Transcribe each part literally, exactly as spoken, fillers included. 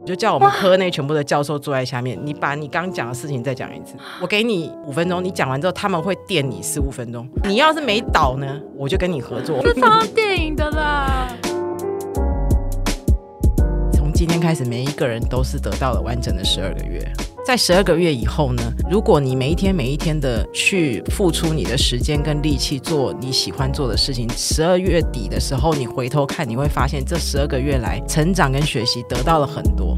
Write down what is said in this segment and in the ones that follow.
就叫我们科内全部的教授坐在下面，你把你刚讲的事情再讲一次，我给你五分钟，你讲完之后他们会电你十五分钟，你要是没倒呢我就跟你合作。 这超电影的啦。 从今天开始每一个人都是得到了完整的十二个月，在十二个月以后呢，如果你每一天每一天的去付出你的时间跟力气做你喜欢做的事情，十二月底的时候你回头看，你会发现这十二个月来成长跟学习得到了很多。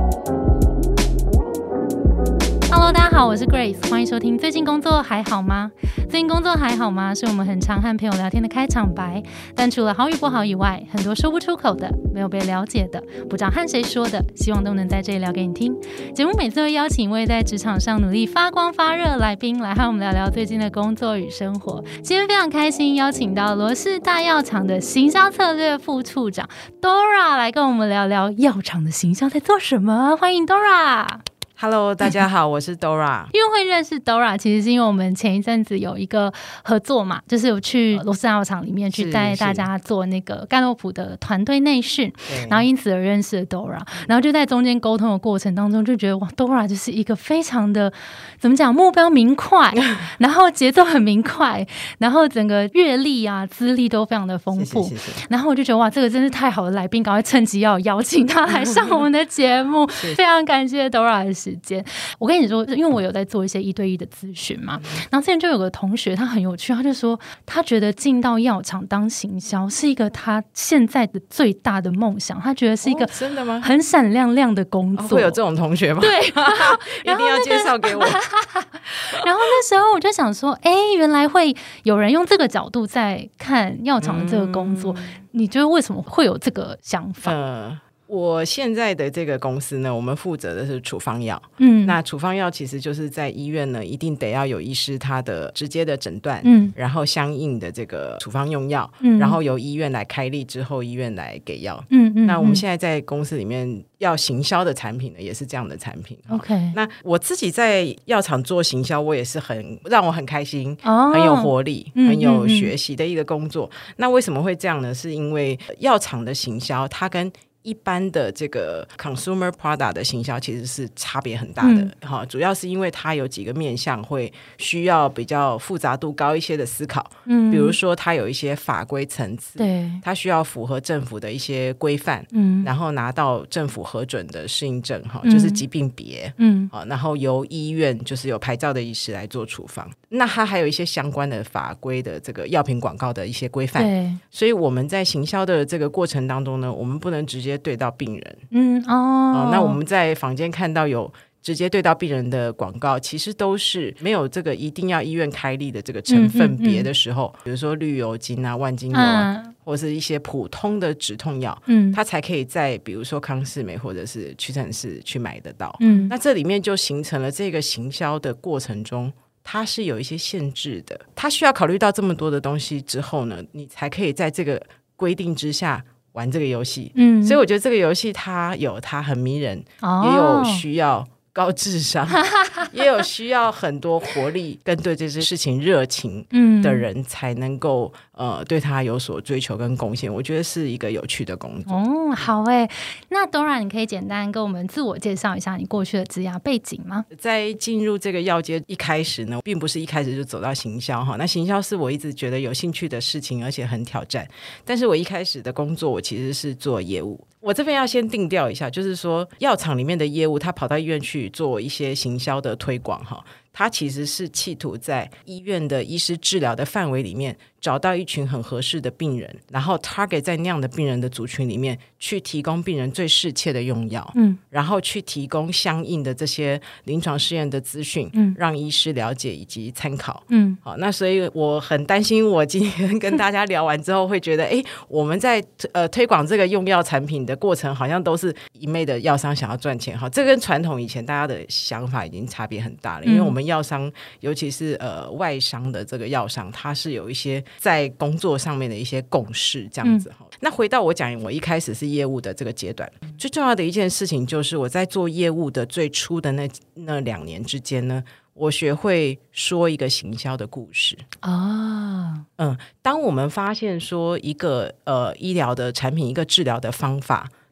Hello， 大家好，我是 Grace， 欢迎收听最近工作还好吗？最近工作还好吗？是我们很常和朋友聊天的开场白，但除了好与不好以外，很多说不出口的，没有被了解的，不知道和谁说的，希望都能在这里聊给你听。节目每次会邀请一位在职场上努力发光发热的来宾来和我们聊聊最近的工作与生活。今天非常开心邀请到罗氏大药厂的行销策略副处长 Dora 来跟我们聊聊药厂的行销在做什么。欢迎 Dora。 Hello， 大家好，我是 Dora。 因为会认识 Dora， 其实是因为我们前一阵子有一个合作嘛，就是有去罗氏大药厂里面去带大家做那个盖洛普的团队内训，然后因此而认识了 Dora。然后就在中间沟通的过程当中，就觉得哇 ，Dora 就是一个非常的怎么讲，目标明快，然后节奏很明快，然后整个阅历啊、资历都非常的丰富。 谢谢谢谢。 然后我就觉得哇，这个真是太好的来宾，赶快趁机要邀请他来上我们的节目。非常感谢 Dora 的时间。我跟你说，因为我有在做一些一对一的咨询嘛，然后之前就有个同学他很有趣，他就说他觉得进到药厂当行销是一个他现在的最大的梦想，他觉得是一个真的吗？ 很闪亮亮的工作。 哦，会有这种同学吗？ 对， 一定要介绍给我。 然后那时候我就想说，哎，原来会有人用这个角度在看药厂的这个工作，嗯、你觉得为什么会有这个想法？ 呃我现在的这个公司呢，我们负责的是处方药。 嗯， 那处方药其实就是在医院呢，一定得要有医师他的直接的诊断， 嗯， 然后相应的这个处方用药， 嗯， 然后由医院来开立之后，医院来给药。 嗯嗯。 那我们现在在公司里面要行销的产品呢，也是这样的产品。 OK。 那我自己在药厂做行销，我也是很让我很开心， 哦， 很有活力， 嗯， 很有学习的一个工作。嗯嗯。那为什么会这样呢？是因为药厂的行销，它跟一般的这个 consumer product 的行销其实是差别很大的，嗯，主要是因为它有几个面向会需要比较复杂度高一些的思考，嗯，比如说它有一些法规层次， 对， 它需要符合政府的一些规范，嗯，然后拿到政府核准的适应症，嗯，就是疾病别，嗯，然后由医院就是有牌照的医师来做处方。那它还有一些相关的法规的这个药品广告的一些规范， 对， 所以我们在行销的这个过程当中呢，我们不能直接对到病人， 嗯哦， 哦，那我们在坊间看到有直接对到病人的广告，其实都是没有这个一定要医院开立的这个成分别的时候，嗯嗯嗯，比如说绿油精啊、万金油啊，嗯，或是一些普通的止痛药，嗯，它才可以在比如说康是美或者是屈臣氏去买得到，嗯，那这里面就形成了这个行销的过程中，它是有一些限制的，它需要考虑到这么多的东西之后呢，你才可以在这个规定之下玩这个游戏，嗯，所以我觉得这个游戏它有它很迷人，哦，也有需要高智商也有需要很多活力跟对这些事情热情的人才能够，嗯，呃对他有所追求跟贡献，我觉得是一个有趣的工作。 哦，好耶。那 Dora 你可以简单跟我们自我介绍一下你过去的职涯背景吗？ 在进入这个药界一开始呢，并不是一开始就走到行销，那行销是我一直觉得有兴趣的事情，而且很挑战，但是我一开始的工作我其实是做业务。我这边要先定调一下，就是说药厂里面的业务他跑到医院去做一些行销的推广，他其实是企图在医院的医师治疗的范围里面找到一群很合适的病人，然后 target 在那样的病人的族群里面去提供病人最适切的用药，嗯，然后去提供相应的这些临床试验的资讯，嗯，让医师了解以及参考，嗯，好，那所以我很担心我今天跟大家聊完之后会觉得哎，我们在呃推广这个用药产品的过程好像都是一昧的药商想要赚钱，好，这跟传统以前大家的想法已经差别很大了，因为我们药商尤其是呃外商的这个药商，它是有一些在工作上面的一些共识这样子，嗯，那回到我讲我一开始是业务的这个阶段，最重要的一件事情就是我在做业务的最初的那那两年之间呢，我学会说一个行销的故事啊，嗯，当我们发现说一个呃医疗的产品一个治疗的方法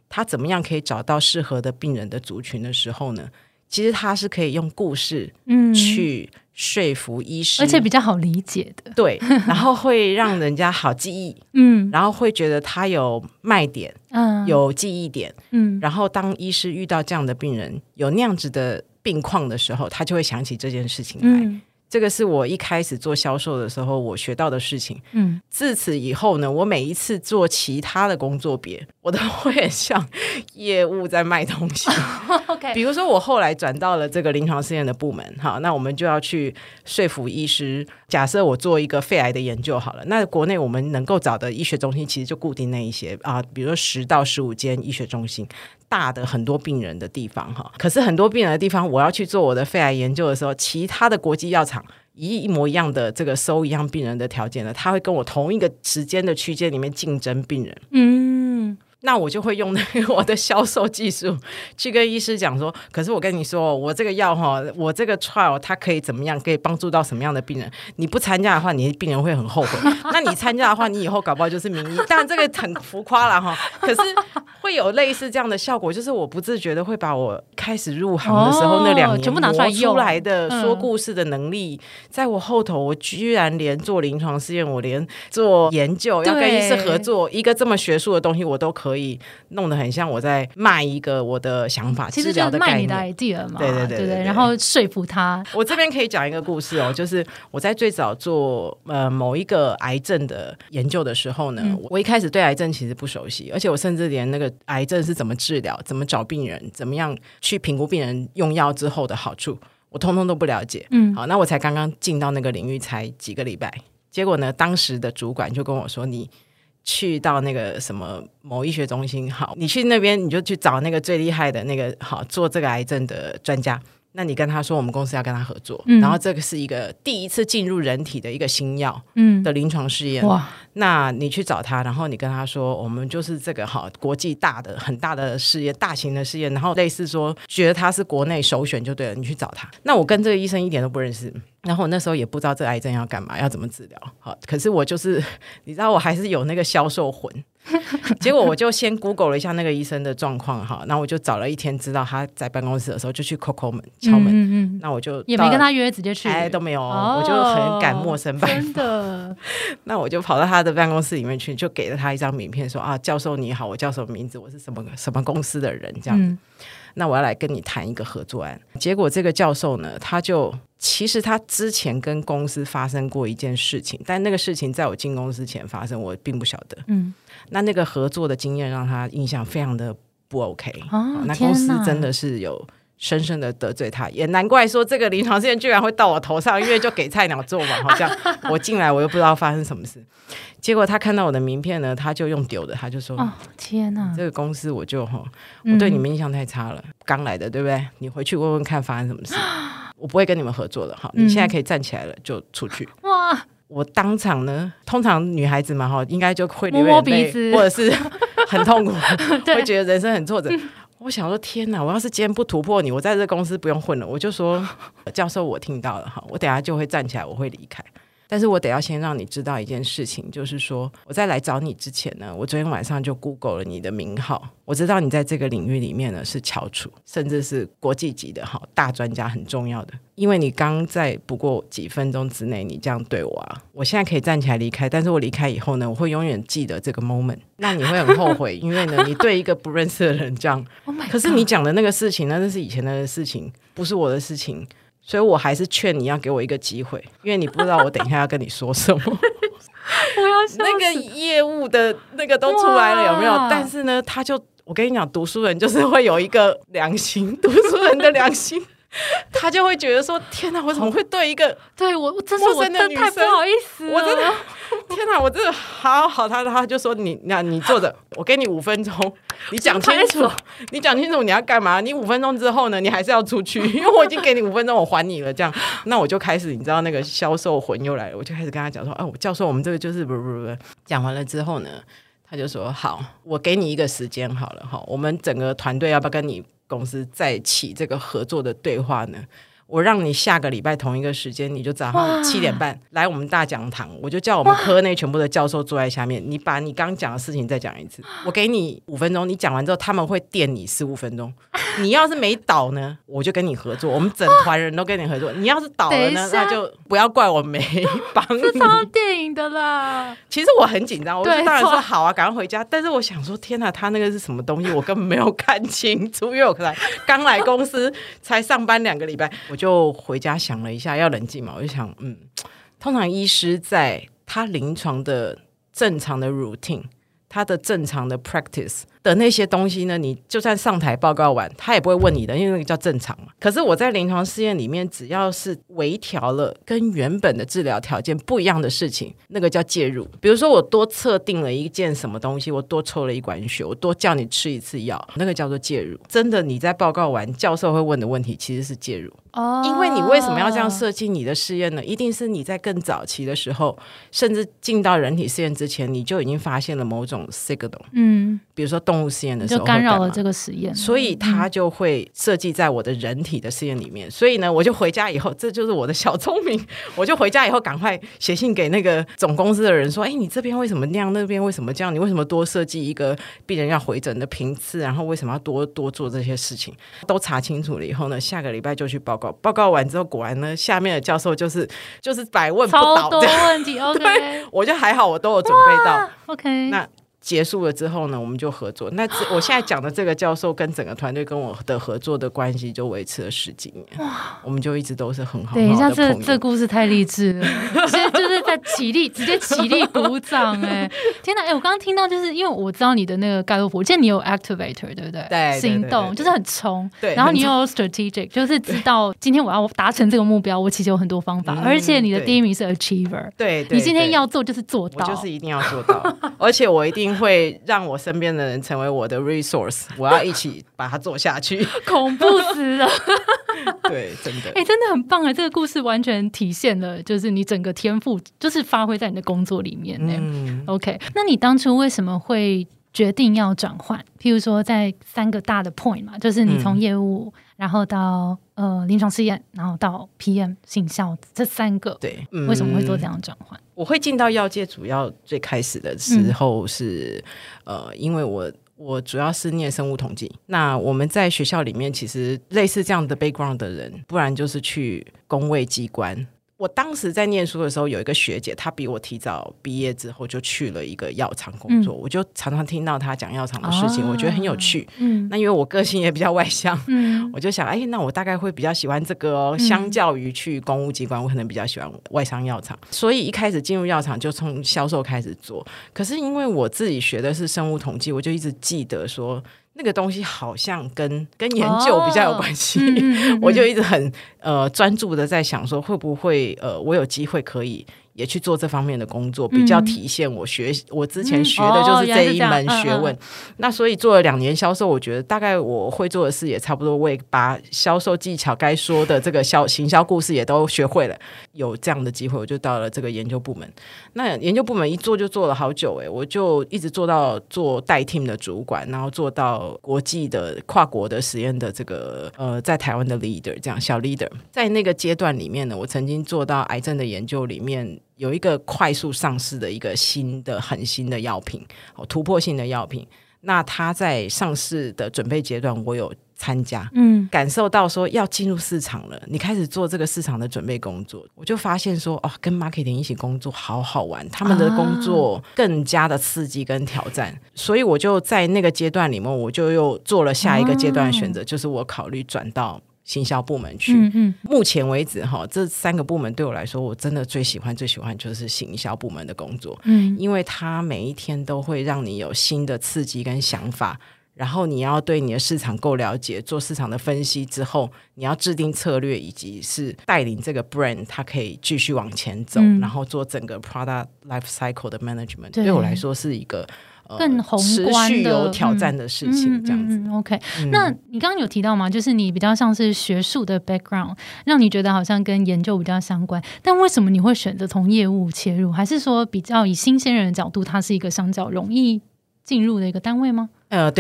他怎么样可以找到适合的病人的族群的时候呢，其实他是可以用故事去说服医师、嗯、 而且比较好理解的， 对，然后会让人家好记忆嗯，然后会觉得他有卖点嗯，有记忆点嗯，然后当医师遇到这样的病人有那样子的病况的时候，他就会想起这件事情来、嗯，这个是我一开始做销售的时候我学到的事情。嗯，自此以后呢，我每一次做其他的工作别，我都会很像业务在卖东西。okay. 比如说我后来转到了这个临床试验的部门，好，那我们就要去说服医师。假设我做一个肺癌的研究好了，那国内我们能够找的医学中心其实就固定那一些啊，比如说十到十五间医学中心，大的很多病人的地方哈。可是很多病人的地方，我要去做我的肺癌研究的时候，其他的国际药厂以一模一样的这个收一样病人的条件呢，他会跟我同一个时间的区间里面竞争病人。嗯，那我就会用那个我的销售技术去跟医师讲说，可是我跟你说我这个药我这个 trial 它可以怎么样，可以帮助到什么样的病人，你不参加的话你的病人会很后悔那你参加的话你以后搞不好就是名医当然这个很浮夸啦可是会有类似这样的效果，就是我不自觉的会把我开始入行的时候、哦、那两年全部拿出来用出来的说故事的能力、嗯、在我后头我居然连做临床试验，我连做研究要跟医师合作一个这么学术的东西我都可以弄得很像我在卖一个我的想法， 其实就是卖你的 idea 嘛， 对对 对, 对, 对, 对， 然后说服他。 我这边可以讲一个故事哦，就是我在最早做呃某一个癌症的研究的时候呢、嗯、我一开始对癌症其实不熟悉，而且我甚至连那个癌症是怎么治疗，怎么找病人，怎么样去评估病人用药之后的好处，我通通都不了解。嗯，好，那我才刚刚进到那个领域才几个礼拜，结果呢当时的主管就跟我说，你去到那个什么某医学中心，好，你去那边你就去找那个最厉害的那个好做这个癌症的专家，那你跟他说我们公司要跟他合作、嗯、然后这个是一个第一次进入人体的一个新药的临床试验、嗯、哇，那你去找他，然后你跟他说我们就是这个好国际大的很大的试验，大型的试验，然后类似说觉得他是国内首选就对了，你去找他。那我跟这个医生一点都不认识，然后我那时候也不知道这个癌症要干嘛，要怎么治疗，好，可是我就是你知道我还是有那个销售魂结果我就先 Google 了一下那个医生的状况，好，那我就找了一天知道他在办公室的时候就去叩叩门敲门、嗯嗯、那我就也没跟他约直接去， 哎都没有、哦、我就很赶陌生拜访， 真的那我就跑到他的办公室里面去，就给了他一张名片说啊，教授你好，我叫什么名字，我是什么什么公司的人这样、嗯，那我要来跟你谈一个合作案。结果这个教授呢，他就其实他之前跟公司发生过一件事情，但那个事情在我进公司前发生，我并不晓得。嗯，那那个合作的经验让他印象非常的不 OK、哦、那公司真的是有深深的得罪他，也难怪说这个临床试验居然会到我头上，因为就给菜鸟做嘛，好像我进来我又不知道发生什么事。结果他看到我的名片呢，他就用丢的，他就说、哦、 天哪， 这个公司我就我对你们印象太差了、嗯、刚来的对不对，你回去问问看发生什么事我不会跟你们合作的，好，你现在可以站起来了、嗯、就出去。哇，我当场呢，通常女孩子嘛应该就会流眼泪或者是很痛苦会觉得人生很挫折、嗯，我想说天哪，我要是今天不突破你，我在这个公司不用混了。我就说教授我听到了，我等一下就会站起来，我会离开，但是我得要先让你知道一件事情，就是说我在来找你之前呢，我昨天晚上就 Google 了你的名号，我知道你在这个领域里面呢是翘楚，甚至是国际级的大专家，很重要的。因为你刚在不过几分钟之内你这样对我啊，我现在可以站起来离开，但是我离开以后呢，我会永远记得这个 moment， 那你会很后悔因为呢你对一个不认识的人这样oh 可是你讲的那个事情呢，那是以前的事情，不是我的事情，所以我还是劝你要给我一个机会，因为你不知道我等一下要跟你说什么我要笑死， 那个业务的那个都出来了有没有？但是呢他就我跟你讲，读书人就是会有一个良心，读书人的良心他就会觉得说天哪，我怎么会对一个对我真是我真的太不好意思了， 我真的天哪，我真的好好他他就说你那你坐着，我给你五分钟，你讲清楚你讲清楚你要干嘛，你五分钟之后呢你还是要出去，因为我已经给你五分钟我还你了这样。那我就开始你知道那个销售魂又来了，我就开始跟他讲说啊，教授我们这个就是不不不，讲完了之后呢他就说好，我给你一个时间好了，我们整个团队要不要跟你公司再起这个合作的对话呢？ 我让你下个礼拜同一个时间，你就早上七点半来我们大讲堂，我就叫我们科内全部的教授坐在下面，你把你刚讲的事情再讲一次，我给你五分钟，你讲完之后他们会电你十五分钟，你要是没倒呢我就跟你合作，我们整团人都跟你合作，你要是倒了呢那就不要怪我没帮你， 这超电影的啦。 其实我很紧张，我就当然说好啊赶快回家，但是我想说天哪，他那个是什么东西我根本没有看清楚，因为我可能刚来公司才上班两个礼拜，我就回家想了一下，要冷静嘛，我就想嗯，通常医师在他临床的正常的 routine， 他的正常的 practice 的那些东西呢，你就算上台报告完他也不会问你的，因为那个叫正常嘛。可是我在临床试验里面，只要是微调了跟原本的治疗条件不一样的事情，那个叫介入。比如说我多测定了一件什么东西，我多抽了一管血，我多叫你吃一次药，那个叫做介入。真的你在报告完教授会问的问题其实是介入。哦，因为你为什么要这样设计你的试验呢？一定是你在更早期的时候，甚至进到人体试验之前，你就已经发现了某种 signal。嗯，比如说动物试验的时候就干扰了这个实验， 所以它就会设计在我的人体的试验里面。所以呢，我就回家以后，这就是我的小聪明，我就回家以后赶快写信给那个总公司的人说：“哎，你这边为什么那样？那边为什么这样？你为什么多设计一个病人要回诊的频次？然后为什么要多多做这些事情？”都查清楚了以后呢，下个礼拜就去报告。报告完之后，果然呢，下面的教授就是就是百问不倒， 超多问题。OK， 对，我就还好，我都有准备到。 OK， 那结束了之后呢，我们就合作。那我现在讲的这个教授跟整个团队跟我的合作的关系就维持了十几年，我们就一直都是很好很好的朋友。 等一下，这这故事太励志了，现在就是在起立，直接起立鼓掌哎、欸！天哪，哎、欸，我刚刚听到就是因为我知道你的那个盖洛普，我记得你有 activator 对不对？ 对， 行动就是很冲， 对， 然后你又有 strategic， 就是知道今天我要达成这个目标，我其实有很多方法，嗯、而且你的第一名是 achiever， 对， 你今天要做就是做到， 我就是一定要做到，而且我一定会让我身边的人成为我的 resource， 我要一起把它做下去， 恐怖死了。 对，真的， 哎、欸，真的很棒哎！这个故事完全体现了，就是你整个天赋，就是发挥在你的工作里面呢。嗯、OK， 那你当初为什么会决定要转换？譬如说，在三个大的 point 嘛，就是你从业务，嗯、然后到呃临床试验，然后到 P M 行销这三个， 对， 嗯、为什么会做这样的转换？ 我会进到药界，主要最开始的时候是、嗯、呃，因为我。我主要是念生物统计，那我们在学校里面其实类似这样的 background 的人，不然就是去公卫机关。我当时在念书的时候，有一个学姐，她比我提早毕业之后就去了一个药厂工作，嗯、我就常常听到她讲药厂的事情，哦、我觉得很有趣。嗯，那因为我个性也比较外向，嗯，我就想，哎，那我大概会比较喜欢这个哦。嗯、相较于去公务机关，我可能比较喜欢外商药厂，所以一开始进入药厂就从销售开始做。可是因为我自己学的是生物统计，我就一直记得说。那个东西好像跟跟研究比较有关系，哦嗯嗯嗯、我就一直很呃专注的在想说，会不会呃我有机会可以也去做这方面的工作，比较体现我学我之前学的就是这一门学问。嗯哦、那所以做了两年销售，我觉得大概我会做的事也差不多，我也把销售技巧该说的这个销行销故事也都学会了。有这样的机会，我就到了这个研究部门。那研究部门一做就做了好久，哎，我就一直做到做带 team 的主管，然后做到国际的跨国的实验的这个呃，在台湾的 leader， 这样小 leader。在那个阶段里面呢，我曾经做到癌症的研究里面。有一个快速上市的一个新的很新的药品，突破性的药品，那它在上市的准备阶段我有参加，嗯，感受到说要进入市场了，你开始做这个市场的准备工作，我就发现说哦，跟 marketing 一起工作好好玩，他们的工作更加的刺激跟挑战，啊、所以我就在那个阶段里面我就又做了下一个阶段的选择，啊、就是我考虑转到行销部门去。嗯嗯，目前为止这三个部门对我来说，我真的最喜欢最喜欢就是行销部门的工作。嗯，因为它每一天都会让你有新的刺激跟想法，然后你要对你的市场够了解，做市场的分析之后，你要制定策略，以及是带领这个 brand 它可以继续往前走，嗯、然后做整个 product life cycle 的 management。 对, 对我来说是一个更宏观的、 持续有挑战的事情，这样子。 嗯嗯嗯、OK，嗯、那你刚刚有提到嘛，就是你比较像是学术的 background， 让你觉得好像跟研究比较相关，但为什么你会选择从业务切入？还是说比较以新鲜人的角度，它是一个相较容易进入的一个单位吗？ 呃，对。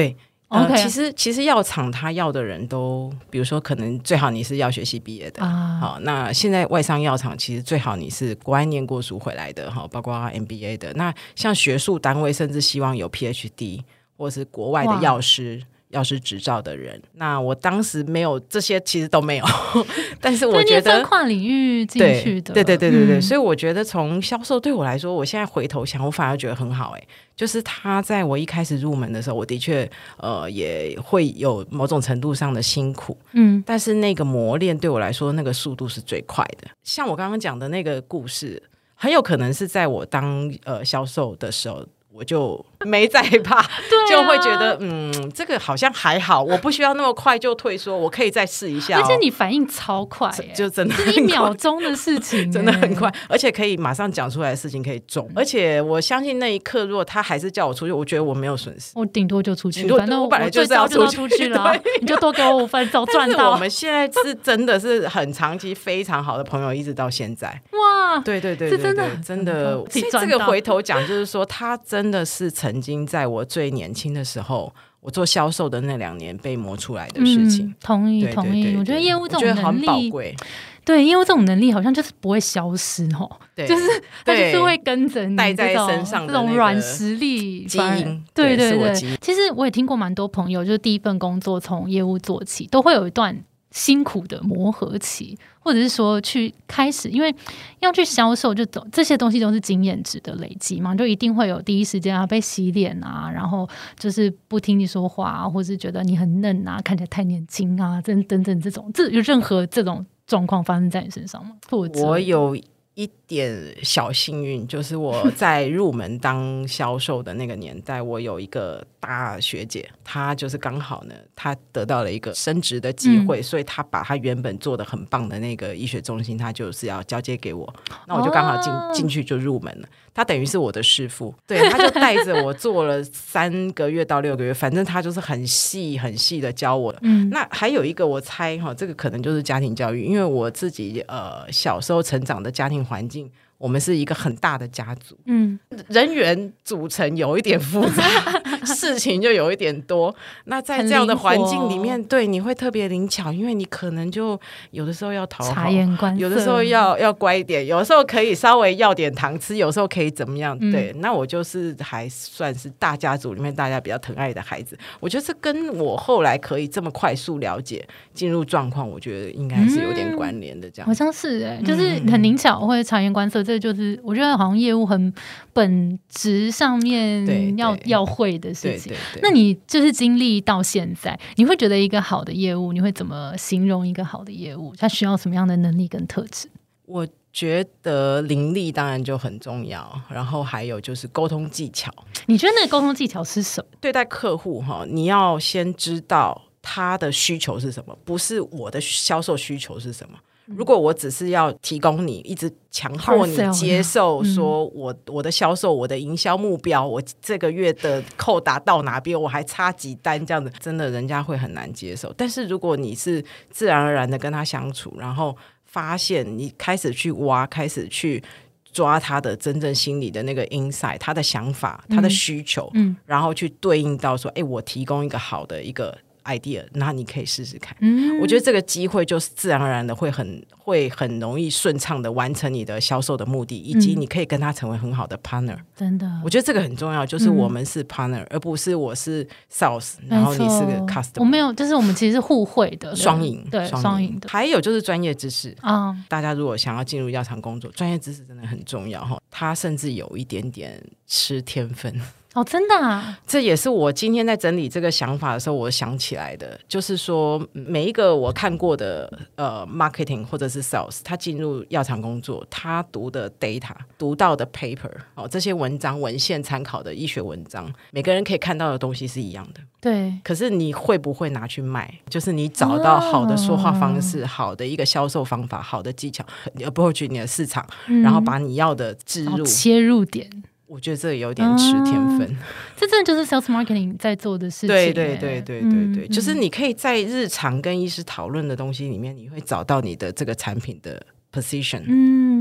呃 OK， 其实其实药厂他要的人都，比如说可能最好你是药学系毕业的啊，好，那现在外商药厂其实最好你是国外念过书回来的哈，包括 M B A 的。那像学术单位甚至希望有 P H D 或是国外的药师。药师执照的人，那我当时没有这些，其实都没有。但是我觉得跨领域进去的， 对对对对对对、嗯，所以我觉得从销售对我来说，我现在回头想，我反而觉得很好哎、欸。就是他在我一开始入门的时候，我的确呃也会有某种程度上的辛苦，嗯，但是那个磨练对我来说，那个速度是最快的。像我刚刚讲的那个故事，很有可能是在我当呃销售的时候。我就没再怕、啊、就会觉得嗯，这个好像还好，我不需要那么快就退缩，我可以再试一下、哦、 而且你反应超快、欸、 就真的是一秒钟的事情、欸、 真的很快，而且可以马上讲出来的事情可以中、嗯、而且我相信那一刻如果他还是叫我出去，我觉得我没有损失， 我顶多就出去， 反正我本来就是要出 去, 出去了你就多给我五分钟赚到。 我们现在是真的是很长期非常好的朋友，一直到现在。 哇， 对对对对对， 真的真的这个回头讲就是说他真的是曾经在我最年轻的时候，我做销售的那两年被磨出来的事情、嗯、 同意对对对对同意，我觉得业务这种能力很宝贵， 对，业务这种能力好像就是不会消失哦，就是它就是会跟着你带在身上的这种软实力基因， 对对 对, 对。其实我也听过蛮多朋友，就是第一份工作从业务做起，都会有一段辛苦的磨合期，或者是说去开始，因为要去销售，就走这些东西都是经验值的累积嘛，就一定会有第一时间啊被洗脸啊，然后就是不听你说话啊，或是觉得你很嫩啊，看起来太年轻啊，等等等这种，这有任何这种状况发生在你身上吗？ 我有一点小幸运，就是我在入门当销售的那个年代，我有一个大学姐，她就是刚好呢，她得到了一个升职的机会、嗯、所以她把她原本做的很棒的那个医学中心，她就是要交接给我，那我就刚好进、哦、进去就入门了。她等于是我的师傅，对，她就带着我做了三个月到六个月，反正她就是很细很细的教我的、嗯、那还有一个我猜这个可能就是家庭教育，因为我自己呃小时候成长的家庭环境，我们是一个很大的家族，嗯，人员组成有一点复杂事情就有一点多，那在这样的环境里面，对，你会特别灵巧，因为你可能就有的时候要讨好， 察言观色， 有的时候要要乖一点，有的时候可以稍微要点糖吃，有时候可以怎么样、嗯、对，那我就是还算是大家族里面大家比较疼爱的孩子，我觉得这跟我后来可以这么快速了解进入状况，我觉得应该是有点关联的，这样、嗯、 好像是耶、欸、就是很灵巧或者察言观色，这就是我觉得好像业务很本质上面要要会的事情。对对对，那你就是经历到现在，你会觉得一个好的业务，你会怎么形容一个好的业务？它需要什么样的能力跟特质？ 我觉得灵力当然就很重要，然后还有就是沟通技巧。 你觉得那个沟通技巧是什么？ 对待客户你要先知道他的需求是什么，不是我的销售需求是什么。如果我只是要提供你，一直强迫你接受说我、嗯、我的销售我的营销目标，我这个月的扣打到哪边，我还差几单，这样子真的人家会很难接受。但是如果你是自然而然的跟他相处，然后发现你开始去挖，开始去抓他的真正心里的那个 insight， 他的想法，他的需求、嗯、然后去对应到说，哎，我提供一个好的一个idea， 那你可以试试看、嗯、我觉得这个机会就是自然而然的会很会很容易顺畅的完成你的销售的目的，以及你可以跟他成为很好的 partner、嗯、 真的我觉得这个很重要，就是我们是 partner、嗯、而不是我是 sales 然后你是个 customer， 我没有，就是我们其实是互惠的， 双赢， 对，双赢的。 还有就是专业知识、嗯、大家如果想要进入药厂工作，专业知识真的很重要，它甚至有一点点吃天分哦，真的啊， 这也是我今天在整理这个想法的时候我想起来的，就是说每一个我看过的呃 marketing 或者是 sales， 他进入药厂工作，他读的 data 读到的 paper、哦、这些文章文献参考的医学文章，每个人可以看到的东西是一样的， 对， 可是你会不会拿去卖，就是你找到好的说话方式、哦、好的一个销售方法，好的技巧 approach 你的市场、嗯、然后把你要的置入切入点， 我觉得这有点吃天分、啊、 这真的就是 sales marketing 在做的事情。 对对对对对对、嗯、就是你可以在日常跟医师讨论的东西里面，你会找到你的这个产品的 position， 嗯，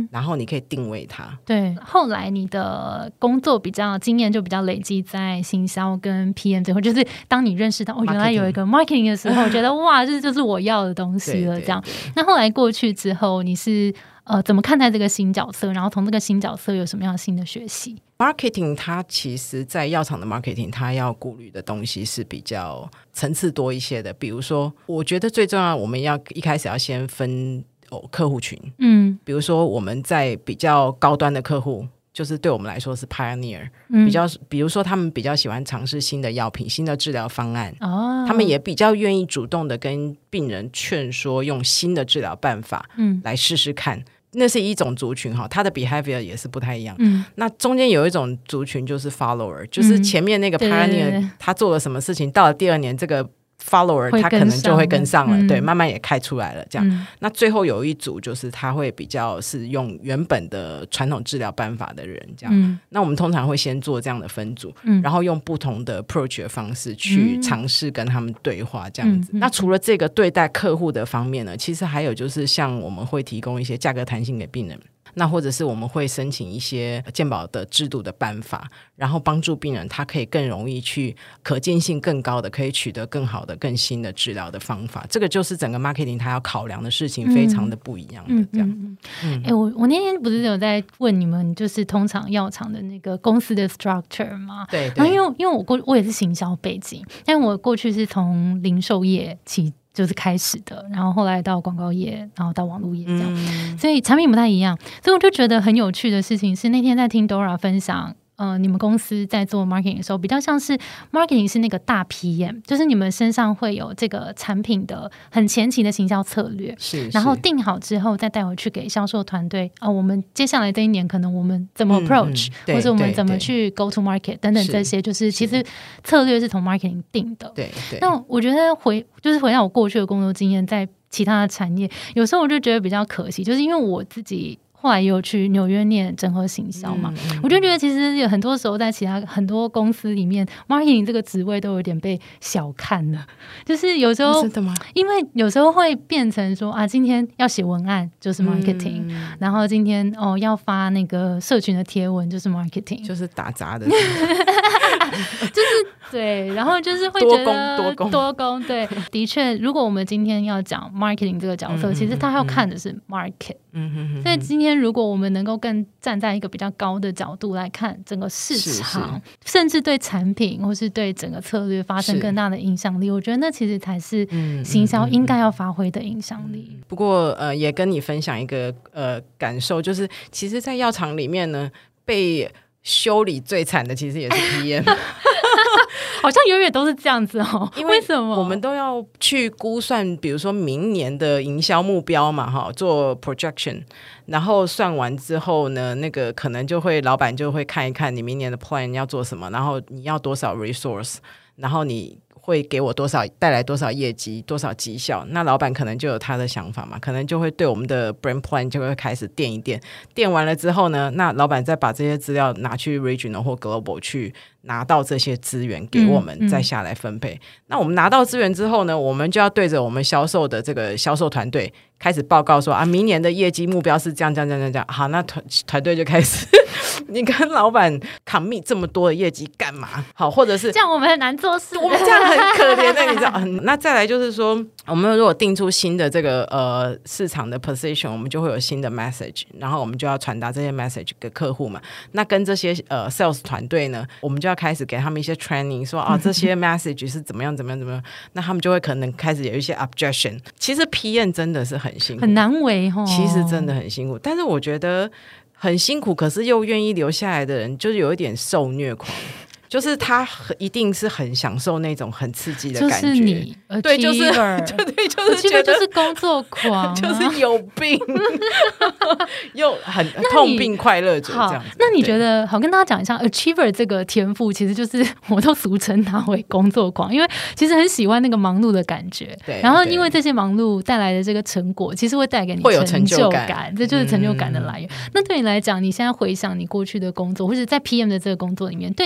嗯， 然后你可以定位它。 对，后来你的工作比较经验就比较累积在行销跟 P M 这块，就是当你认识到哦原来有一个 marketing 的时候，我觉得哇这就是我要的东西了这样。对对对，那后来过去之后你是呃怎么看待这个新角色，然后从这个新角色有什么样新的学习 ？Marketing 它其实在药厂的 marketing 它要顾虑的东西是比较层次多一些的，比如说我觉得最重要我们要一开始要先分、哦、客户群，嗯，比如说我们在比较高端的客户，就是对我们来说是 pioneer、嗯、比较比如说他们比较喜欢尝试新的药品新的治疗方案、哦、他们也比较愿意主动的跟病人劝说用新的治疗办法来试试看、嗯，那是一种族群，它的 behavior 也是不太一样、嗯、那中间有一种族群就是 follower， 就是前面那个 pioneer、嗯、他做了什么事情，到了第二年这个 follower 他可能就会跟上了、嗯、对，慢慢也开出来了这样、嗯、那最后有一组就是他会比较是用原本的传统治疗办法的人这样、嗯、那我们通常会先做这样的分组、嗯、然后用不同的 approach 的方式去尝试跟他们对话这样子、嗯、那除了这个对待客户的方面呢，其实还有就是像我们会提供一些价格弹性给病人，那或者是我们会申请一些健保的制度的办法，然后帮助病人他可以更容易去可见性更高的可以取得更好的更新的治疗的方法，这个就是整个 marketing 他要考量的事情非常的不一样的这样。嗯嗯嗯欸、我我那天不是有在问你们就是通常药厂的那个公司的 structure 吗？ 对对， 然后因为因为我过我也是行销背景，但我过去是从零售业起就是开始的，然后后来到广告业，然后到网络业这样、嗯、所以产品不太一样。所以我就觉得很有趣的事情是那天在听 Dora 分享呃，你们公司在做 marketing 的时候比较像是 marketing 是那个大 P M， 就是你们身上会有这个产品的很前期的行销策略，是然后定好之后再带回去给销售团队、呃、我们接下来这一年可能我们怎么 approach、嗯嗯、或者我们怎么去 go to market 等等这些，就是其实策略是从 marketing 定的。对对，那我觉得回就是回到我过去的工作经验，在其他的产业有时候我就觉得比较可惜，就是因为我自己后来也有去纽约念整合行销嘛、嗯、我就觉得其实有很多时候在其他很多公司里面 marketing 这个职位都有点被小看了，就是有时候、哦、真的吗？因为有时候会变成说啊，今天要写文案就是 marketing、嗯、然后今天哦要发那个社群的贴文就是 marketing， 就是打杂的就是对，然后就是会觉得多工多工对，的确如果我们今天要讲 marketing 这个角色、嗯、其实他要看的是 market、嗯、哼哼哼，所以今天如果我们能够更站在一个比较高的角度来看整个市场，是是甚至对产品或是对整个策略发生更大的影响力，我觉得那其实才是行销应该要发挥的影响力、嗯嗯嗯、 不过呃，也跟你分享一个呃感受，就是其实在药厂里面呢，被修理最惨的其实也是 P M 好像永远都是这样子哦，因为什么？ 我们都要去估算比如说明年的营销目标嘛，做 projection， 然后算完之后呢，那个可能就会老板就会看一看你明年的 plan 要做什么，然后你要多少 resource， 然后你会给我多少带来多少业绩多少绩效，那老板可能就有他的想法嘛，可能就会对我们的 brand plan 就会开始垫一垫，垫完了之后呢，那老板再把这些资料拿去 regional 或 global 去拿到这些资源给我们、嗯嗯、再下来分配。那我们拿到资源之后呢，我们就要对着我们销售的这个销售团队开始报告说啊，明年的业绩目标是这样这样这样这样。好，那团团队就开始你跟老板 commit 这么多的业绩干嘛？好，或者是这样我们很难做事， 我们这样很可怜的，你知道、嗯、那再来就是说，我们如果定出新的这个呃市场的 position， 我们就会有新的 message， 然后我们就要传达这些 message 给客户嘛。那跟这些呃 sales 团队呢，我们就要开始给他们一些 training， 说啊这些 message 是怎么样怎么样怎么样，那他们就会可能开始有一些 objection。其实 P M 真的是很辛苦， 很难为哦， 其实真的很辛苦，但是我觉得很辛苦，可是又愿意留下来的人，就是有一点受虐狂。就是他一定是很享受那种很刺激的感觉， 就是你对，就是对，就是觉得就是工作狂、啊， 就是有病，又很痛并快乐着这样子。 那你觉得好跟大家讲一下 achiever 这个天赋，其实就是我都俗称他为工作狂，因为其实很喜欢那个忙碌的感觉。对，然后因为这些忙碌带来的这个成果，其实会带给你会有成就感，感这就是成就感的来源、嗯。那对你来讲，你现在回想你过去的工作，或者在 P M 的这个工作里面，对你来讲，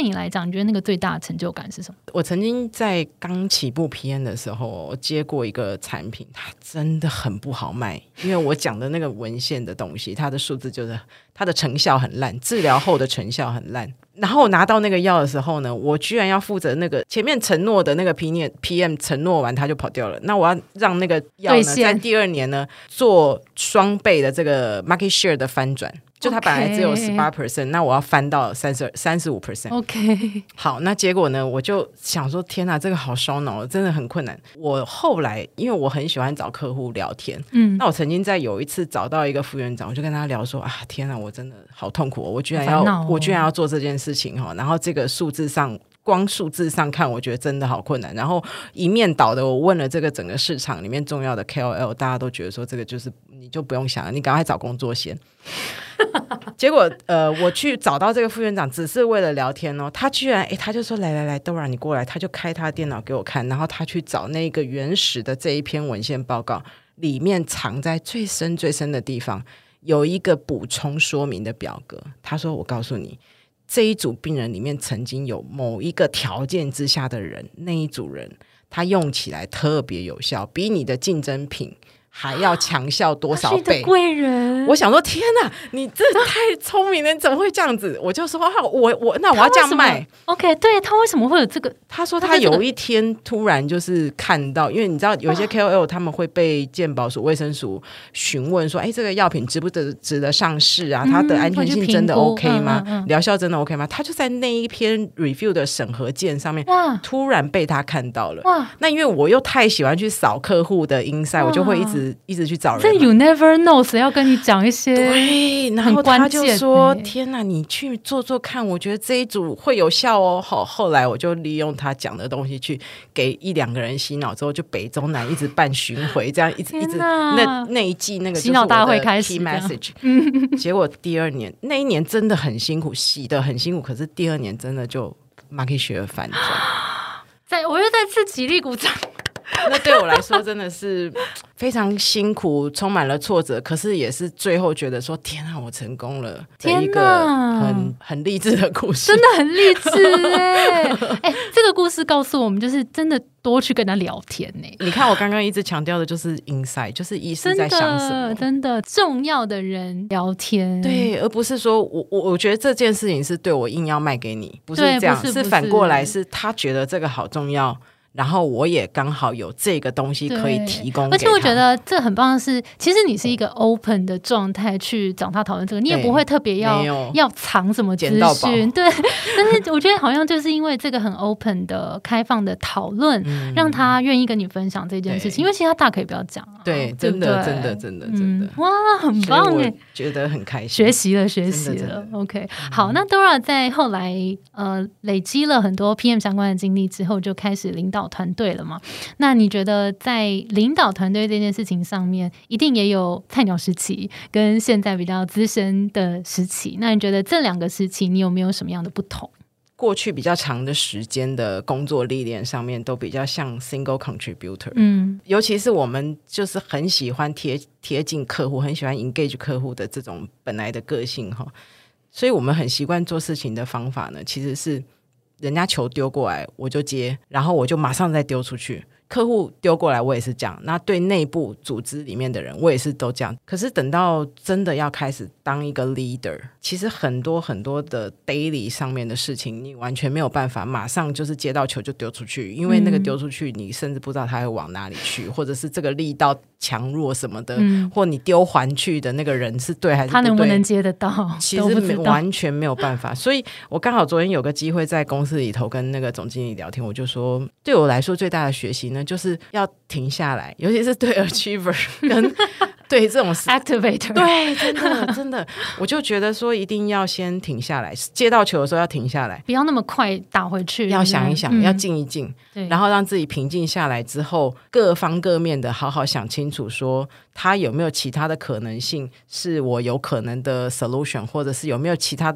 你觉得那个最大的成就感是什么？ 我曾经在刚起步 P M 的时候，我接过一个产品，它真的很不好卖，因为我讲的那个文献的东西，它的数字就是它的成效很烂，治疗后的成效很烂。然后我拿到那个药的时候呢，我居然要负责那个前面承诺的那个 P M 承诺完他就跑掉了，那我要让那个药呢在第二年呢做双倍的这个 market share 的翻转，就它本来只有 百分之十八， 那我要翻到 百分之三十五。 OK， 好，那结果呢我就想说天哪，这个好烧脑，真的很困难。我后来因为我很喜欢找客户聊天，嗯，那我曾经在有一次找到一个副院长，我就跟他聊说啊，天哪，我真的好痛苦，我居然要、哦、我居然要做这件事情，然后这个数字上光数字上看我觉得真的好困难，然后一面倒的我问了这个整个市场里面重要的 K O L， 大家都觉得说这个就是你就不用想了，你赶快找工作先结果呃，我去找到这个副院长只是为了聊天哦，他居然诶他就说来来来 Dora 你过来，他就开他的电脑给我看，然后他去找那个原始的这一篇文献报告里面藏在最深最深的地方有一个补充说明的表格，他说我告诉你这一组病人里面曾经有某一个条件之下的人，那一组人他用起来特别有效，比你的竞争品还要强效多少倍？ 他是你的贵人。 我想说天哪，你这太聪明了，你怎么会这样子？我就说、啊、我我那我要这样卖。 OK， 对，他为什么会有这个？ 他说他有一天突然就是看到，因为你知道有些 K O L 他们会被健保署卫生署询问说，哎，这个药品值不值值得上市啊、嗯、它的安全性真的 OK 吗、嗯嗯嗯、疗效真的 OK 吗？他就在那一篇 review 的审核键上面突然被他看到了。哇，那因为我又太喜欢去扫客户的 insight， 我就会一直一直去找人。 这 you never know 谁要跟你讲一些对，然后他就说天哪，你去做做看，我觉得这一组会有效哦。后后来我就利用他讲的东西去给一两个人洗脑，之后就北中南一直办巡回，这样一直一直那那一季那个洗脑大会开始 key message 结果第二年那一年真的很辛苦，洗的很辛苦，可是第二年真的就 market share 反转在我又再次起立鼓掌那对我来说真的是非常辛苦，充满了挫折，可是也是最后觉得说天啊，我成功了的一个很很励志的故事， 真的很励志哎、欸！这个故事告诉我们，就是真的多去跟他聊天呢、欸。 你看我刚刚一直强调的就是 insight， 就是医师在想什么， 真的重要的人聊天， 对，而不是说我我我觉得这件事情是对我硬要卖给你，不是这样， 是, 是反过来是他觉得这个好重要。然后我也刚好有这个东西可以提供给他， 而且我觉得这很棒的是，其实你是一个 open 的状态去找他讨论这个，你也不会特别要要藏什么资讯，对。但是我觉得好像就是因为这个很 open 的开放的讨论、嗯、让他愿意跟你分享这件事情，因为其他大可以不要讲啊， 对，真的真的真的真的、嗯、 哇很棒耶， 觉得很开心， 学习了学习了 OK、嗯、好，那 Dora 在后来呃累积了很多 P M 相关的经历之后，就开始领导团队了嘛？那你觉得在领导团队这件事情上面，一定也有菜鸟时期跟现在比较资深的时期，那你觉得这两个时期你有没有什么样的不同？ 过去比较长的时间的工作历练上面都比较像 single contributor， 嗯，尤其是我们就是很喜欢贴贴近客户，很喜欢 engage 客户的这种本来的个性哈，所以我们很习惯做事情的方法呢，其实是人家球丢过来我就接，然后我就马上再丢出去，客户丢过来我也是这样，那对内部组织里面的人我也是都这样。可是等到真的要开始当一个 leader， 其实很多很多的 daily 上面的事情你完全没有办法马上就是接到球就丢出去，因为那个丢出去你甚至不知道他会往哪里去、嗯、或者是这个力道强弱什么的、嗯、或你丢还去的那个人是对还是不对， 他能不能接得到其实完全没有办法。所以我刚好昨天有个机会在公司里头跟那个总经理聊天，我就说对我来说最大的学习呢就是要停下来，尤其是对 achiever 跟对这种 activator， 对，真的真的我就觉得说一定要先停下来，接到球的时候要停下来， 不要那么快打回去， 要想一想、嗯、要静一静，然后让自己平静下来之后各方各面的好好想清楚说他有没有其他的可能性是我有可能的 solution， 或者是有没有其他的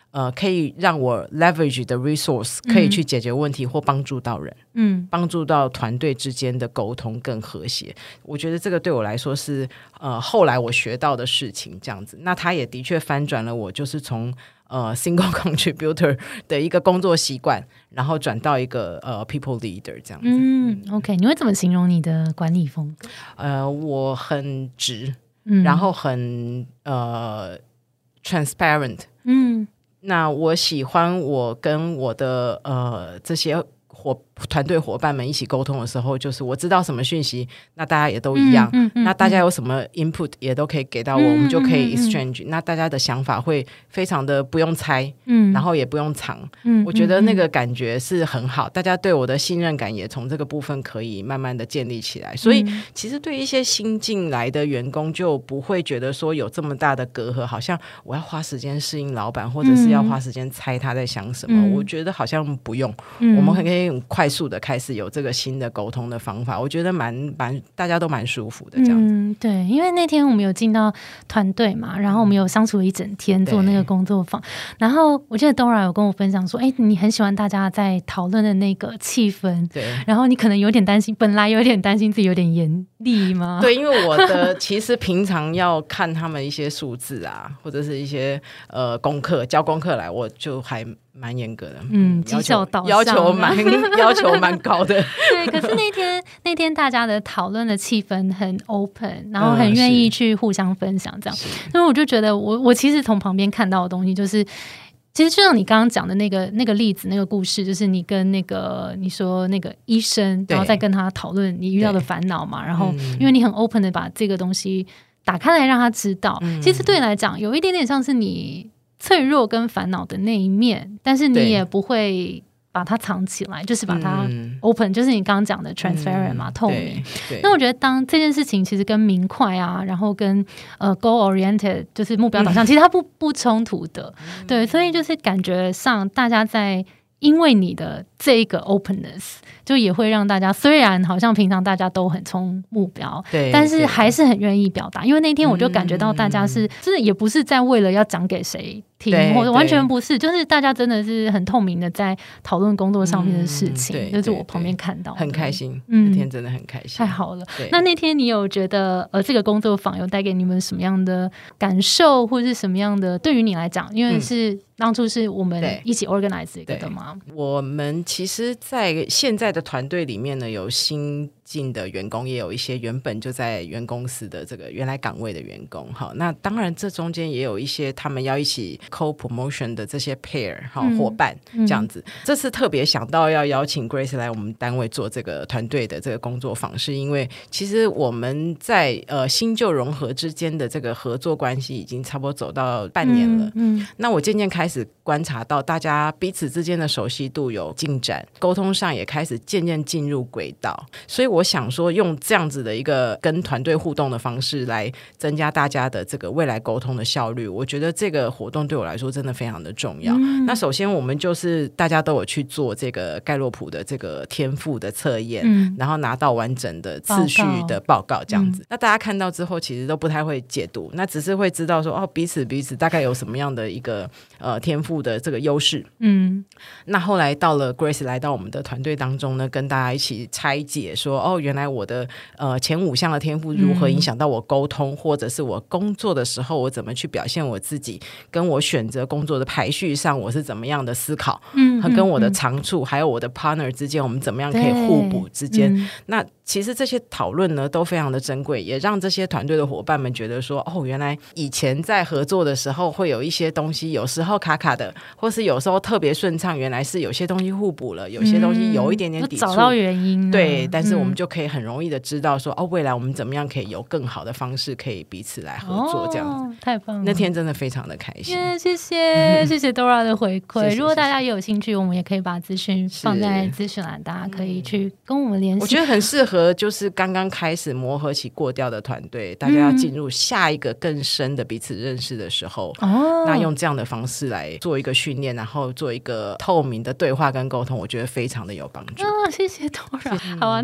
呃，可以让我 leverage 的 resource 可以去解决问题或帮助到人，嗯，帮助到团队之间的沟通更和谐。我觉得这个对我来说是呃后来我学到的事情，这样子。那它也的确翻转了我，就是从呃 single contributor 的一个工作习惯，然后转到一个呃 people leader 这样子。 嗯 ，OK， 你会怎么形容你的管理风格？ 呃，我很直，嗯、然后很呃 transparent， 嗯。那我喜欢我跟我的呃这些伙团队伙伴们一起沟通的时候，就是我知道什么讯息，那大家也都一样，嗯嗯嗯、那大家有什么 input 也都可以给到我，嗯、我们就可以 exchange、嗯。那大家的想法会非常的不用猜，嗯，然后也不用藏，嗯，我觉得那个感觉是很好，大家对我的信任感也从这个部分可以慢慢的建立起来。所以其实对一些新进来的员工就不会觉得说有这么大的隔阂，好像我要花时间适应老板，或者是要花时间猜他在想什么。嗯、我觉得好像不用，嗯、我们可以很快速的开始有这个新的沟通的方法，我觉得蛮蛮大家都蛮舒服的这样子。 嗯，对，因为那天我们有进到团队嘛，然后我们有相处了一整天做那个工作坊，然后我记得 Dora 有跟我分享说，哎，你很喜欢大家在讨论的那个气氛， 对， 然后你可能有点担心，本来有点担心自己有点严厉吗？ 对，因为我的其实平常要看他们一些数字啊，或者是一些呃功课交功课来，我就还蛮严格的， 嗯，绩效导向要求蛮要求蛮高的。 对，可是那天那天大家的讨论的气氛很 open， 然后很愿意去互相分享这样，所以我就觉得我我其实从旁边看到的东西就是。其实就像你刚刚讲的那个那个例子那个故事，就是你跟那个你说那个医生，然后再跟他讨论你遇到的烦恼嘛，然后因为你很 open 的把这个东西打开来让他知道，嗯、其实对你来讲有一点点像是你脆弱跟烦恼的那一面，但是你也不会把它藏起来，就是把它 open、嗯、就是你刚刚讲的 transparent 嘛、嗯、透明。那我觉得当这件事情其实跟明快啊，然后跟呃 goal oriented 就是目标导向、嗯、其实它不不冲突的、嗯、对，所以就是感觉上大家在因为你的这个 openness 就也会让大家虽然好像平常大家都很冲目标，对，但是还是很愿意表达。因为那天我就感觉到大家是真的、嗯、也不是在为了要讲给谁听，或者完全不是，就是大家真的是很透明的在讨论工作上面的事情、嗯、就是我旁边看到的， 很开心，嗯，那天真的很开心， 太好了。那那天你有觉得呃这个工作坊有带给你们什么样的感受，或者是什么样的对于你来讲，因为是、嗯当初是我们一起 organize 一个的吗？ 我们其实在现在的团队里面呢，有新进的员工，也有一些原本就在原公司的这个原来岗位的员工。好，那当然这中间也有一些他们要一起 co-promotion 的这些 pair 好、嗯、伙伴这样子、嗯、这次特别想到要邀请 Grace 来我们单位做这个团队的这个工作坊，是因为其实我们在呃新旧融合之间的这个合作关系已经差不多走到半年了。嗯嗯、那我渐渐开始观察到大家彼此之间的熟悉度有进展，沟通上也开始渐渐进入轨道，所以我想说用这样子的一个跟团队互动的方式来增加大家的这个未来沟通的效率，我觉得这个活动对我来说真的非常的重要、嗯、那首先我们就是大家都有去做这个盖洛普的这个天赋的测验、嗯、然后拿到完整的次序的报告这样子、嗯、那大家看到之后其实都不太会解读，那只是会知道说哦彼此彼此大概有什么样的一个呃天赋的这个优势。嗯，那后来到了 Grace 来到我们的团队当中呢，跟大家一起拆解说哦原来我的呃前五项的天赋如何影响到我沟通、嗯、或者是我工作的时候我怎么去表现我自己，跟我选择工作的排序上我是怎么样的思考，嗯，和跟我的长处、嗯、还有我的 partner 之间我们怎么样可以互补之间、嗯、那其实这些讨论呢都非常的珍贵，也让这些团队的伙伴们觉得说哦原来以前在合作的时候会有一些东西有时候卡卡的，或是有时候特别顺畅，原来是有些东西互补了，有些东西有一点点抵触、嗯、 找到原因， 对，但是我们就可以很容易的知道说、嗯、哦未来我们怎么样可以有更好的方式可以彼此来合作这样子、哦、 太棒了， 那天真的非常的开心、 yeah, 谢谢谢谢 Dora 的回馈谢谢，如果大家也有兴趣我们也可以把资讯放在资讯栏，大家可以去跟我们联系、嗯、 我觉得很适合就是刚刚开始磨合期过掉的团队，大家要进入下一个更深的彼此认识的时候、嗯、那用这样的方式来做一个训练，然后做一个透明的对话跟沟通，我觉得非常的有帮助、 哦、谢谢 Dora。 好啊，那 Dora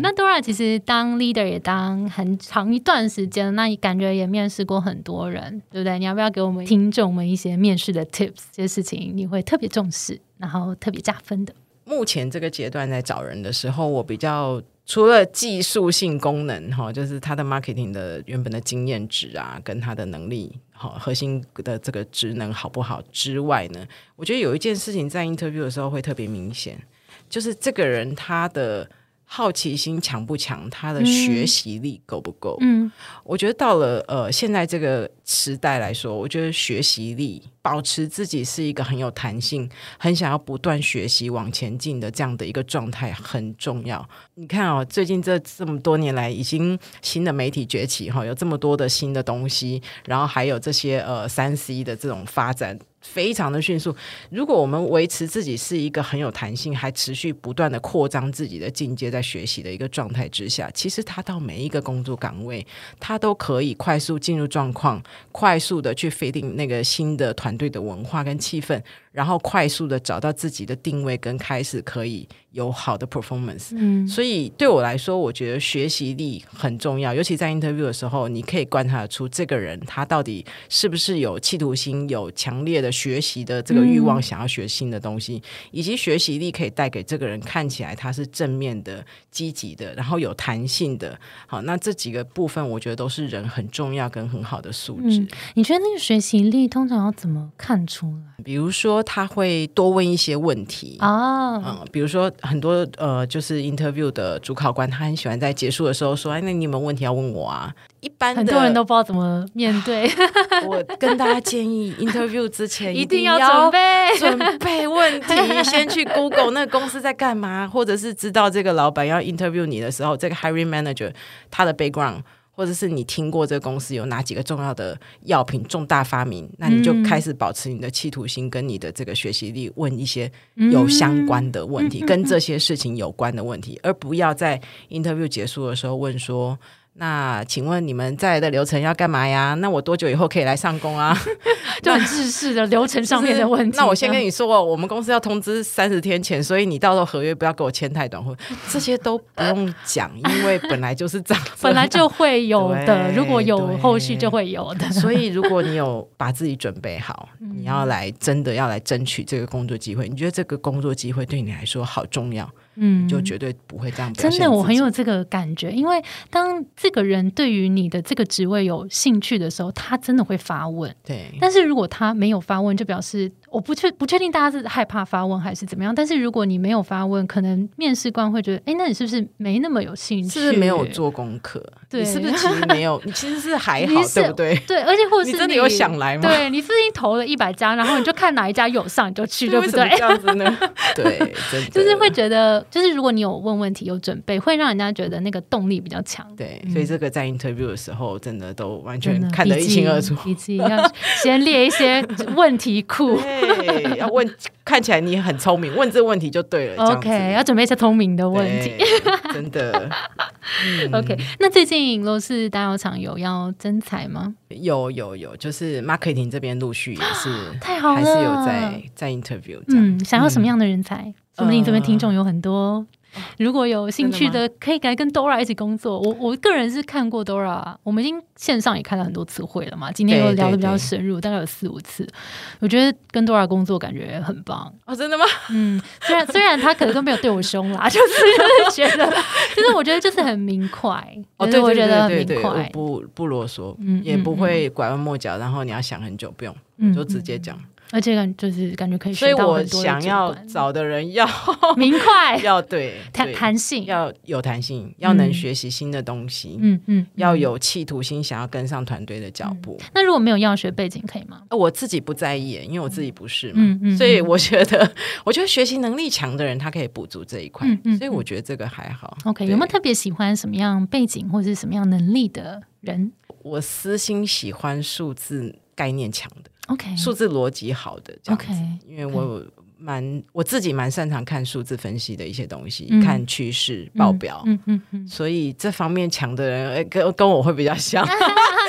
其实当 leader 也当很长一段时间，那你感觉也面试过很多人，对不对？你要不要给我们听众们一些面试的 tips， 这些事情你会特别重视然后特别加分的？ 目前这个阶段在找人的时候，我比较除了技术性功能，就是他的 marketing 的原本的经验值啊，跟他的能力核心的这个职能好不好之外呢，我觉得有一件事情在 interview 的时候会特别明显，就是这个人他的好奇心强不强，他的学习力够不够。嗯，我觉得到了呃现在这个时代来说，我觉得学习力保持自己是一个很有弹性，很想要不断学习往前进的这样的一个状态很重要。你看哦，最近这这么多年来，已经新的媒体崛起，有这么多的新的东西，然后还有这些呃三 C 的这种发展非常的迅速。如果我们维持自己是一个很有弹性，还持续不断的扩张自己的境界，在学习的一个状态之下，其实他到每一个工作岗位，他都可以快速进入状况，快速的去 fitting 那个新的团队的文化跟气氛，然后快速的找到自己的定位，跟开始可以有好的 performance。嗯，所以对我来说，我觉得学习力很重要，尤其在 interview 的时候，你可以观察得出这个人他到底是不是有企图心，有强烈的学习的这个欲望，想要学新的东西，嗯，以及学习力可以带给这个人看起来他是正面的、积极的，然后有弹性的。好，那这几个部分我觉得都是人很重要跟很好的素质。嗯， 你觉得那个学习力通常要怎么看出来？ 比如说他会多问一些问题啊，嗯，比如说很多呃，就是 interview 的主考官，他很喜欢在结束的时候说：“哎，那你有没有问题要问我啊？”一般的很多人都不知道怎么面对。 我跟大家建议 interview 之前一定要准备准备问题，先去 Google 那个公司在干嘛，或者是知道这个老板要 interview 你的时候，这个 hiring manager 他的 background，或者是你听过这个公司有哪几个重要的药品重大发明，那你就开始保持你的企图心跟你的这个学习力，问一些有相关的问题，嗯，跟这些事情有关的问题，而不要在 interview 结束的时候问说：“那请问你们再来的流程要干嘛呀？那我多久以后可以来上工啊？” 就很制式的流程上面的问题。 就是，那我先跟你说，我们公司要通知三十天前，所以你到时候合约不要给我签太短，这些都不用讲，因为本来就是这样本来就会有的，如果有后续就会有的。 所以如果你有把自己准备好，你要来真的要来争取这个工作机会，你觉得这个工作机会对你来说好重要，嗯，你就绝对不会这样表现自己。 真的，我很有这个感觉，因为当这个人对于你的这个职位有兴趣的时候，他真的会发问。 对， 但是如果他没有发问，就表示我不确不确定大家是害怕发问还是怎么样。但是如果你没有发问，可能面试官会觉得，哎，那你是不是没那么有兴趣？ 是不是没有做功课？对，你是不是其实没有？你其实是还好，对不对？ 对，而且或者是你, 你真的有想来吗？ 对，你是不是已经投了一百家，然后你就看哪一家有上你就去，对不对？ 为什么这样子呢？对，真的就是会觉得，就是如果你有问问题有准备，会让人家觉得那个动力比较强。 对，嗯，所以这个在 interview 的时候真的都完全看得一清二楚。 笔记要先列一些问题库， 对，要问看起来你很聪明，问这个问题就对了。 OK， 要准备一些聪明的问题， 真的。 嗯、OK， 那最近罗氏大药厂有要征才吗？ 有有有，就是 marketing 这边陆续也是太好了， 还是有在在 interview 这样。 嗯，想要什么样的人才？嗯，说不定这边听众有很多。如果有兴趣的可以来跟 Dora 一起工作。我我个人是看过 Dora， 我们已经线上也开了很多次会了嘛，今天又聊得比较深入，大概有四五次。我觉得跟 Dora 工作感觉很棒。 哦，真的吗？ 嗯，虽然虽然他可能都没有对我凶啦，就是觉得，就是我觉得就是很明快。哦，对，我觉得很明快， 对对对对，我不不啰嗦，嗯，也不会拐弯抹角，然后你要想很久，不用，嗯，就直接讲。 而且感就是感觉可以学到很多的。 所以我想要找的人要明快， 要对弹弹性， 要有弹性，要能学习新的东西，嗯嗯，要有企图心，想要跟上团队的脚步。 嗯，那如果没有药学背景可以吗？ 我自己不在意，因为我自己不是嘛，嗯嗯，所以我觉得，我觉得学习能力强的人，他可以补足这一块，嗯嗯，所以我觉得这个还好。 OK， 有没有特别喜欢什么样背景或者是什么样能力的人？ 我私心喜欢数字概念强的。 OK， 数字逻辑好的这样子， okay， 因为我蛮我自己蛮擅长看数字分析的一些东西，嗯，看趋势报表，嗯嗯嗯，所以这方面强的人跟跟我会比较像。 跟你跟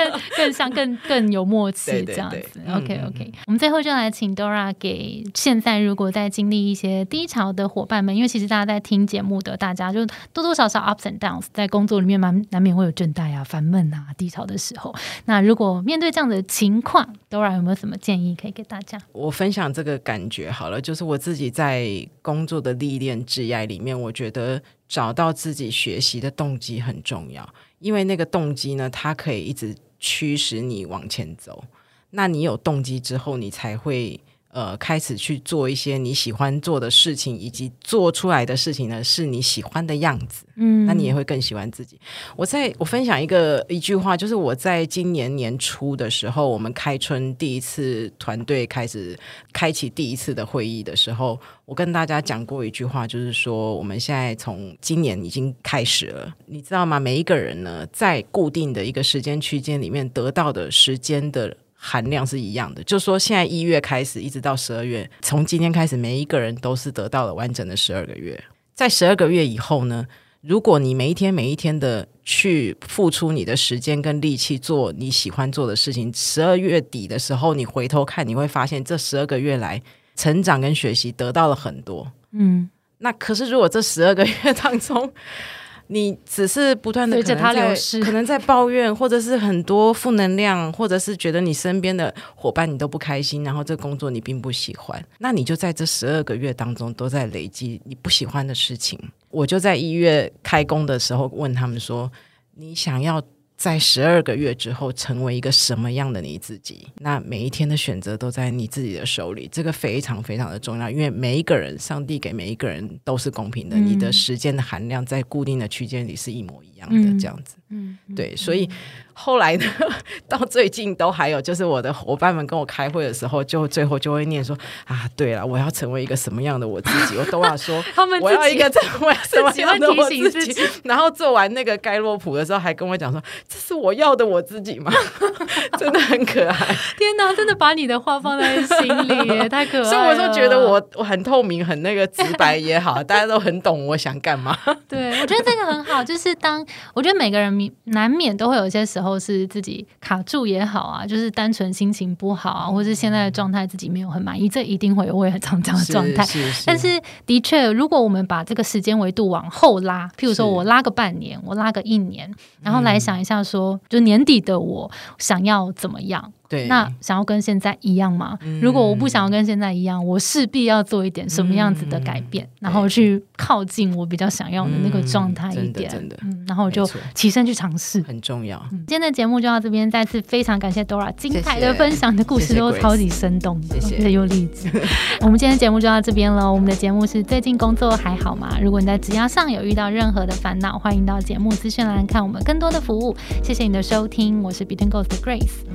更更像更更有默契这样子。对对对 OK OK，、嗯、我们最后就来请 Dora 给现在如果在经历一些低潮的伙伴们，因为其实大家在听节目的，大家就多多少少 ups and downs， 在工作里面蛮难免会有倦怠啊、烦闷啊、低潮的时候。那如果面对这样的情况 ，Dora 有没有什么建议可以给大家？ 我分享这个感觉好了，就是我自己在工作的历练职业里面，我觉得找到自己学习的动机很重要，因为那个动机呢，它可以一直驱使你往前走。那你有动机之后，你才会呃开始去做一些你喜欢做的事情，以及做出来的事情呢是你喜欢的样子。嗯，那你也会更喜欢自己。我在我分享一个一句话，就是我在今年年初的时候，我们开春第一次团队开始开启第一次的会议的时候，我跟大家讲过一句话，就是说我们现在从今年已经开始了，你知道吗？每一个人呢，在固定的一个时间区间里面得到的时间的含量是一样的，就是说现在一月开始一直到十二月，从今天开始每一个人都是得到了完整的十二个月。在十二个月以后呢，如果你每一天每一天的去付出你的时间跟力气做你喜欢做的事情，十二月底的时候你回头看，你会发现这十二个月来成长跟学习得到了很多。嗯，那可是如果这十二个月当中你只是不断的可能在可能在抱怨，或者是很多负能量，或者是觉得你身边的伙伴你都不开心，然后这个工作你并不喜欢，那你就在这十二个月当中都在累积你不喜欢的事情。我就在一月开工的时候问他们说，你想要在十二个月之后成为一个什么样的你自己？那每一天的选择都在你自己的手里，这个非常非常的重要，因为每一个人上帝给每一个人都是公平的、嗯、你的时间的含量在固定的区间里是一模一样的、嗯、这样子、嗯、对，所以后来呢到最近都还有，就是我的伙伴们跟我开会的时候，就最后就会念说啊，对了，我要成为一个什么样的我自己，我都要说他们我要一个成为什么样的我自己，然后做完那个盖洛普的时候还跟我讲说，这是我要的我自己吗？真的很可爱。 天哪，真的把你的话放在心里耶，太可爱了。 所以我就觉得我我很透明，很那个直白也好，大家都很懂我想干嘛。 对，我觉得这个很好，就是当我觉得每个人难免都会有一些时候是自己卡住也好啊，就是单纯心情不好啊，或是现在的状态自己没有很满意，这一定会有，我也很常这样的状态。是是是，但是的确，如果我们把这个时间维度往后拉，譬如说我拉个半年，我拉个一年，然后来想一下说，就年底的我想要怎么样？对，那想要跟现在一样吗、嗯、如果我不想要跟现在一样，我势必要做一点什么样子的改变、嗯、然后去靠近我比较想要的那个状态一点、嗯、真的真的、嗯、然后就起身去尝试， 很重要、 嗯、今天的节目就到这边，再次非常感谢 Dora 精彩的分享，的故事都超级生动，谢谢，谢谢有励志。我们今天的节目就到这边了。我们的节目是最近工作还好吗？如果你在职涯上有遇到任何的烦恼，欢迎到节目资讯栏看我们更多的服务。谢谢你的收听，我是 Between Goals 的 Grace。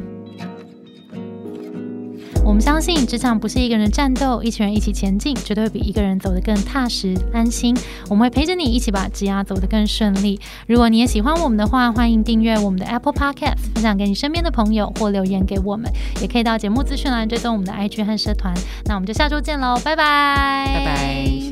我们相信职场不是一个人的战斗，一群人一起前进，绝对会比一个人走得更踏实安心。我们会陪着你一起把职涯走得更顺利。如果你也喜欢我们的话，欢迎订阅我们的 Apple Podcast， 分享给你身边的朋友，或留言给我们，也可以到节目资讯栏追踪我们的 I G 和社团。那我们就下周见喽，拜拜， 拜拜。